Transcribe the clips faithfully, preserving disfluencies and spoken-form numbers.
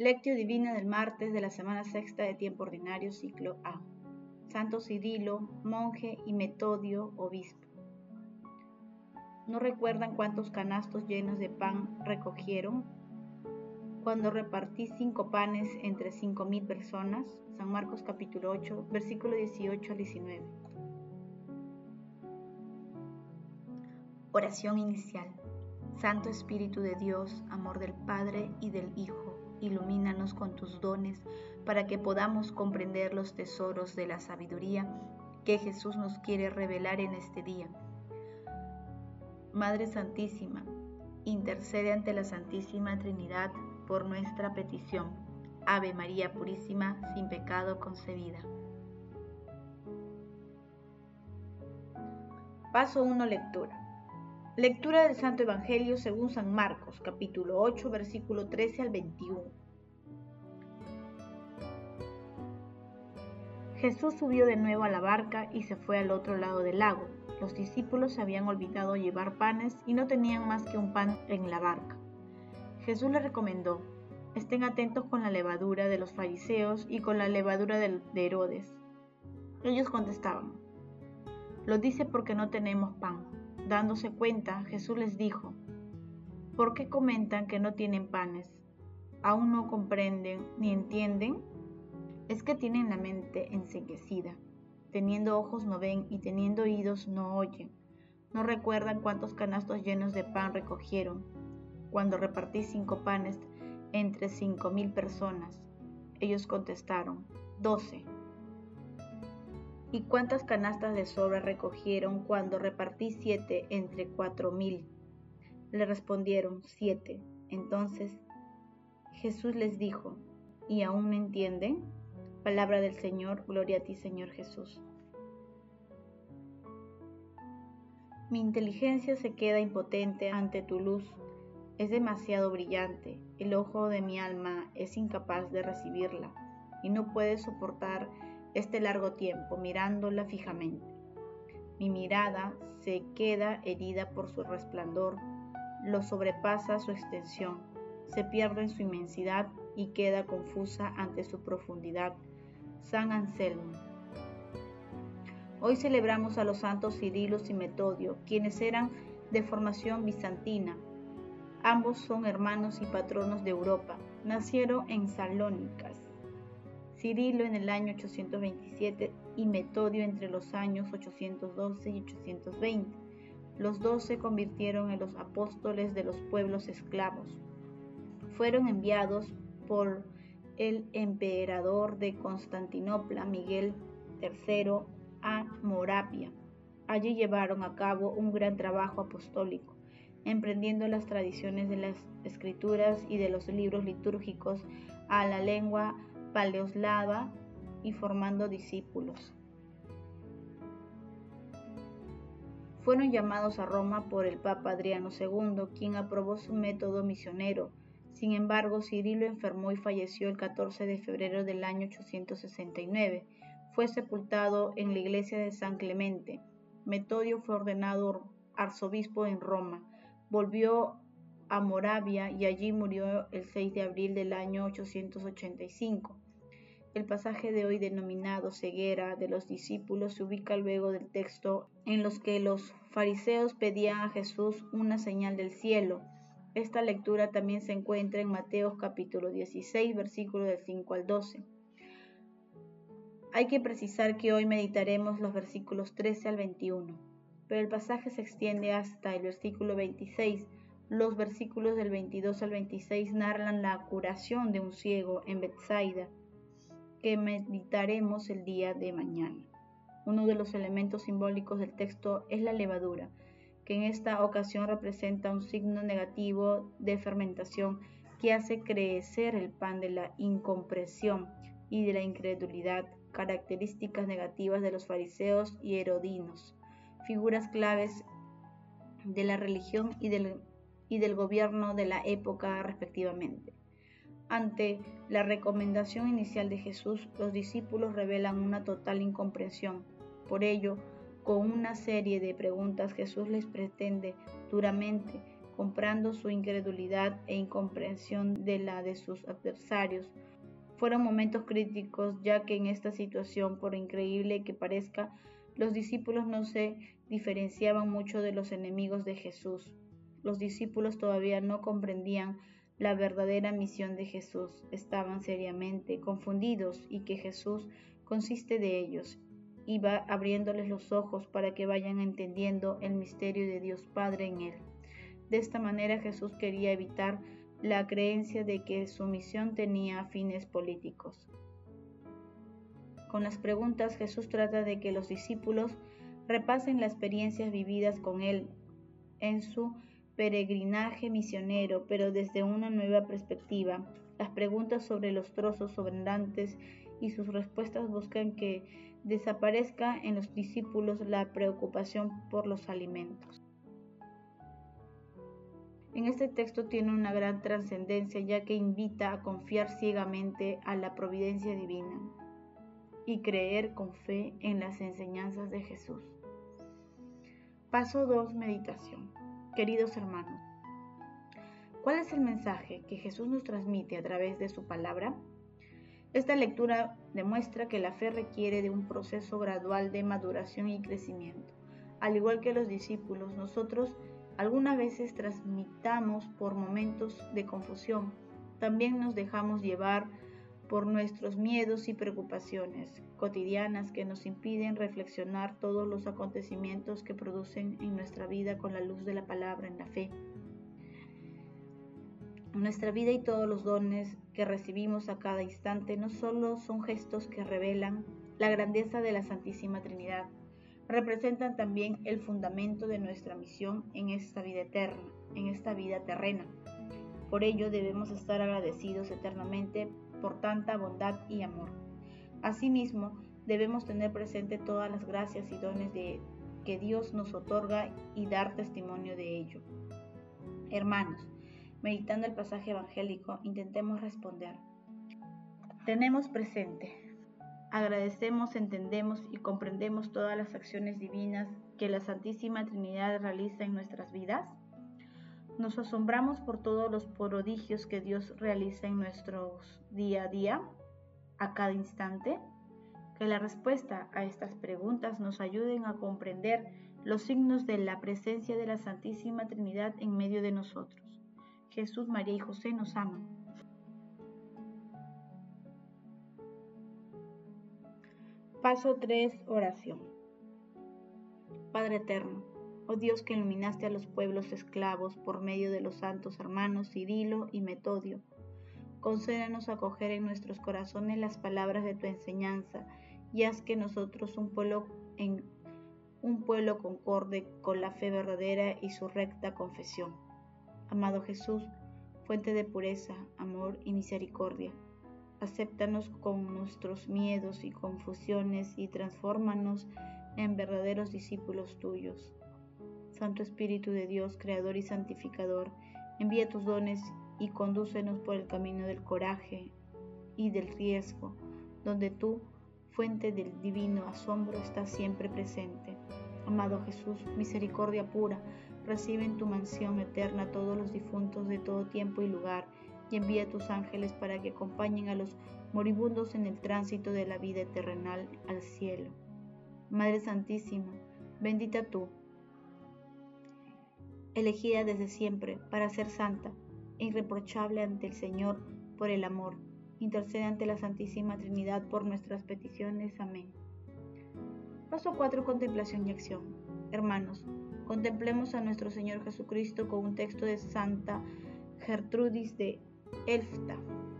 Lectio Divina del martes de la semana sexta de tiempo ordinario, ciclo A. Santo Cirilo, monje, y Metodio, obispo. ¿No recuerdan cuántos canastos llenos de pan recogieron cuando repartí cinco panes entre cinco mil personas? San Marcos capítulo ocho, versículo dieciocho al diecinueve. Oración inicial. Santo Espíritu de Dios, amor del Padre y del Hijo, ilumínanos con tus dones para que podamos comprender los tesoros de la sabiduría que Jesús nos quiere revelar en este día. Madre Santísima, intercede ante la Santísima Trinidad por nuestra petición. Ave María Purísima, sin pecado concebida. Paso uno. Lectura. Lectura del Santo Evangelio según San Marcos, capítulo ocho, versículo trece al veintiuno. Jesús subió de nuevo a la barca y se fue al otro lado del lago. Los discípulos se habían olvidado llevar panes y no tenían más que un pan en la barca. Jesús les recomendó: estén atentos con la levadura de los fariseos y con la levadura de Herodes. Ellos contestaban: lo dice porque no tenemos pan. Dándose cuenta, Jesús les dijo: ¿por qué comentan que no tienen panes? ¿Aún no comprenden ni entienden? Es que tienen la mente enceguecida. Teniendo ojos no ven y teniendo oídos no oyen. ¿No recuerdan cuántos canastos llenos de pan recogieron cuando repartí cinco panes entre cinco mil personas? Ellos contestaron: doce. ¿Y cuántas canastas de sobra recogieron cuando repartí siete entre cuatro mil? Le respondieron: siete. Entonces Jesús les dijo: ¿y aún no entienden? Palabra del Señor, gloria a ti, Señor Jesús. Mi inteligencia se queda impotente ante tu luz. Es demasiado brillante. El ojo de mi alma es incapaz de recibirla y no puede soportar este largo tiempo mirándola fijamente. Mi mirada se queda herida por su resplandor, lo sobrepasa su extensión, se pierde en su inmensidad y queda confusa ante su profundidad. San Anselmo. Hoy celebramos a los santos Cirilo y Metodio, quienes eran de formación bizantina. Ambos son hermanos y patronos de Europa. Nacieron en Salónicas. Cirilo en el año ochocientos veintisiete y Metodio entre los años ochocientos doce y ochocientos veinte. Los dos se convirtieron en los apóstoles de los pueblos esclavos. Fueron enviados por el emperador de Constantinopla, Miguel tercero, a Moravia. Allí llevaron a cabo un gran trabajo apostólico, emprendiendo las tradiciones de las escrituras y de los libros litúrgicos a la lengua paleoslava y formando discípulos. Fueron llamados a Roma por el Papa Adriano segundo, quien aprobó su método misionero. Sin embargo, Cirilo enfermó y falleció el catorce de febrero del año ochocientos sesenta y nueve. Fue sepultado en la iglesia de San Clemente. Metodio fue ordenado arzobispo en Roma. Volvió a Moravia y allí murió el seis de abril del año ochocientos ochenta y cinco. El pasaje de hoy denominado ceguera de los discípulos se ubica luego del texto en los que los fariseos pedían a Jesús una señal del cielo. Esta lectura también se encuentra en Mateo capítulo dieciséis, versículos del cinco al doce. Hay que precisar que hoy meditaremos los versículos trece al veintiuno, pero el pasaje se extiende hasta el versículo veintiséis. Los versículos del veintidós al veintiséis narran la curación de un ciego en Betsaida, que meditaremos el día de mañana. Uno de los elementos simbólicos del texto es la levadura, que en esta ocasión representa un signo negativo de fermentación que hace crecer el pan de la incomprensión y de la incredulidad, características negativas de los fariseos y herodinos, figuras claves de la religión y del, y del gobierno de la época respectivamente. Ante la recomendación inicial de Jesús, los discípulos revelan una total incomprensión. Por ello, con una serie de preguntas, Jesús les pretende duramente comprando su incredulidad e incomprensión de la de sus adversarios. Fueron momentos críticos, ya que en esta situación, por increíble que parezca, los discípulos no se diferenciaban mucho de los enemigos de Jesús. Los discípulos todavía no comprendían la verdadera misión de Jesús, estaban seriamente confundidos y que Jesús consiste de ellos. Iba abriéndoles los ojos para que vayan entendiendo el misterio de Dios Padre en él. De esta manera Jesús quería evitar la creencia de que su misión tenía fines políticos. Con las preguntas, Jesús trata de que los discípulos repasen las experiencias vividas con él en su peregrinaje misionero, pero desde una nueva perspectiva. Las preguntas sobre los trozos sobrantes y sus respuestas buscan que desaparezca en los discípulos la preocupación por los alimentos. En este texto tiene una gran trascendencia, ya que invita a confiar ciegamente a la providencia divina y creer con fe en las enseñanzas de Jesús. Paso dos. Meditación. Queridos hermanos, ¿cuál es el mensaje que Jesús nos transmite a través de su palabra? Esta lectura demuestra que la fe requiere de un proceso gradual de maduración y crecimiento. Al igual que los discípulos, nosotros algunas veces transmitamos por momentos de confusión. También nos dejamos llevar por nuestros miedos y preocupaciones cotidianas que nos impiden reflexionar todos los acontecimientos que producen en nuestra vida con la luz de la palabra en la fe. Nuestra vida y todos los dones que recibimos a cada instante no solo son gestos que revelan la grandeza de la Santísima Trinidad, representan también el fundamento de nuestra misión en esta vida eterna, en esta vida terrena. Por ello debemos estar agradecidos eternamente por tanta bondad y amor. Asimismo, debemos tener presente todas las gracias y dones de, que Dios nos otorga y dar testimonio de ello. Hermanos, meditando el pasaje evangélico, intentemos responder. Tenemos presente, agradecemos, entendemos y comprendemos todas las acciones divinas que la Santísima Trinidad realiza en nuestras vidas. ¿Nos asombramos por todos los prodigios que Dios realiza en nuestro día a día, a cada instante? Que la respuesta a estas preguntas nos ayuden a comprender los signos de la presencia de la Santísima Trinidad en medio de nosotros. Jesús, María y José nos aman. Paso tres. Oración. Padre eterno, oh Dios que iluminaste a los pueblos esclavos por medio de los santos hermanos Cirilo y Metodio, concédenos acoger en nuestros corazones las palabras de tu enseñanza y haz que nosotros un pueblo, en, un pueblo concorde con la fe verdadera y su recta confesión. Amado Jesús, fuente de pureza, amor y misericordia, acéptanos con nuestros miedos y confusiones y transfórmanos en verdaderos discípulos tuyos. Santo Espíritu de Dios, Creador y Santificador, envía tus dones y condúcenos por el camino del coraje y del riesgo, donde tú, fuente del divino asombro, estás siempre presente. Amado Jesús, misericordia pura, recibe en tu mansión eterna a todos los difuntos de todo tiempo y lugar, y envía a tus ángeles para que acompañen a los moribundos en el tránsito de la vida terrenal al cielo. Madre Santísima, bendita tú, elegida desde siempre para ser santa e irreprochable ante el Señor por el amor, intercede ante la Santísima Trinidad por nuestras peticiones. Amén. Paso cuatro. Contemplación y acción. Hermanos, contemplemos a nuestro Señor Jesucristo con un texto de Santa Gertrudis de Elfta.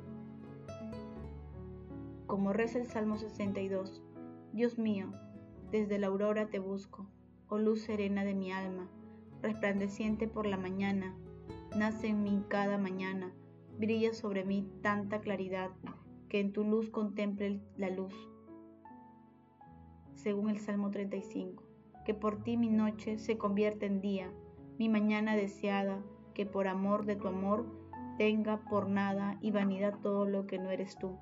Como reza el Salmo sesenta y dos, Dios mío, desde la aurora te busco, oh luz serena de mi alma, resplandeciente por la mañana, nace en mí cada mañana, brilla sobre mí tanta claridad, que en tu luz contemple la luz. Según el Salmo treinta y cinco, que por ti mi noche se convierte en día, mi mañana deseada, que por amor de tu amor tenga por nada y vanidad todo lo que no eres tú.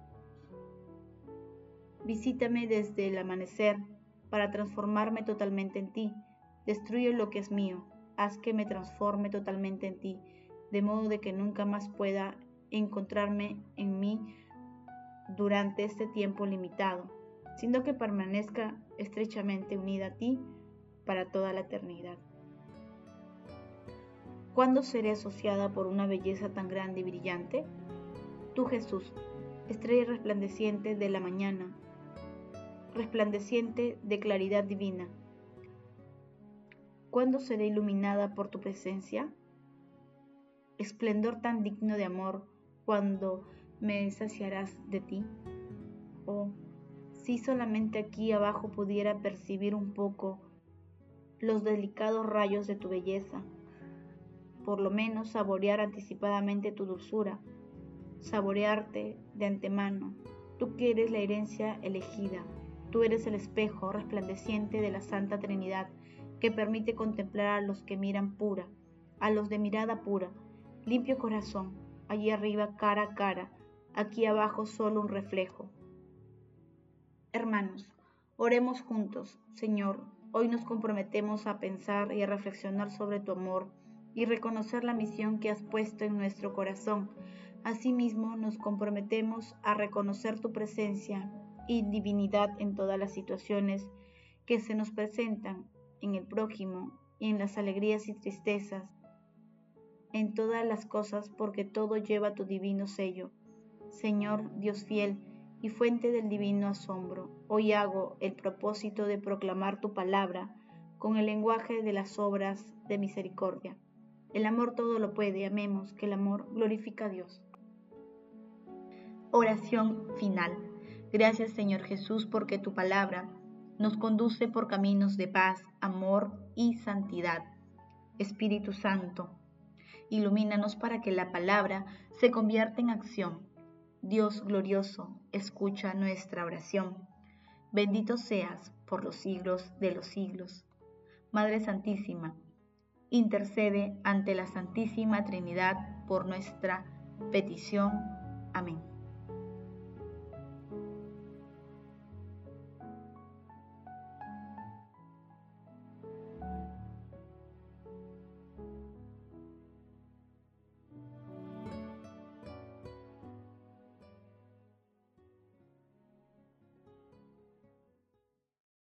Visítame desde el amanecer, para transformarme totalmente en ti, destruye lo que es mío, haz que me transforme totalmente en ti, de modo de que nunca más pueda encontrarme en mí durante este tiempo limitado, sino que permanezca estrechamente unida a ti para toda la eternidad. ¿Cuándo seré asociada por una belleza tan grande y brillante? Tú, Jesús, estrella resplandeciente de la mañana, resplandeciente de claridad divina. ¿Cuándo seré iluminada por tu presencia? Esplendor tan digno de amor, ¿cuándo me saciarás de ti? Oh, si solamente aquí abajo pudiera percibir un poco los delicados rayos de tu belleza, por lo menos saborear anticipadamente tu dulzura, saborearte de antemano. Tú que eres la herencia elegida, tú eres el espejo resplandeciente de la Santa Trinidad que permite contemplar a los que miran pura, a los de mirada pura, limpio corazón, allí arriba cara a cara, aquí abajo solo un reflejo. Hermanos, oremos juntos. Señor, hoy nos comprometemos a pensar y a reflexionar sobre tu amor y reconocer la misión que has puesto en nuestro corazón. Asimismo, nos comprometemos a reconocer tu presencia y divinidad en todas las situaciones que se nos presentan, en el prójimo y en las alegrías y tristezas, en todas las cosas, porque todo lleva tu divino sello. Señor Dios fiel y fuente del divino asombro, hoy hago el propósito de proclamar tu palabra con el lenguaje de las obras de misericordia. El amor todo lo puede, amemos, que el amor glorifica a Dios. Oración final. Gracias, Señor Jesús, porque tu palabra nos conduce por caminos de paz, amor y santidad. Espíritu Santo, ilumínanos para que la palabra se convierta en acción. Dios glorioso, escucha nuestra oración. Bendito seas por los siglos de los siglos. Madre Santísima, intercede ante la Santísima Trinidad por nuestra petición. Amén.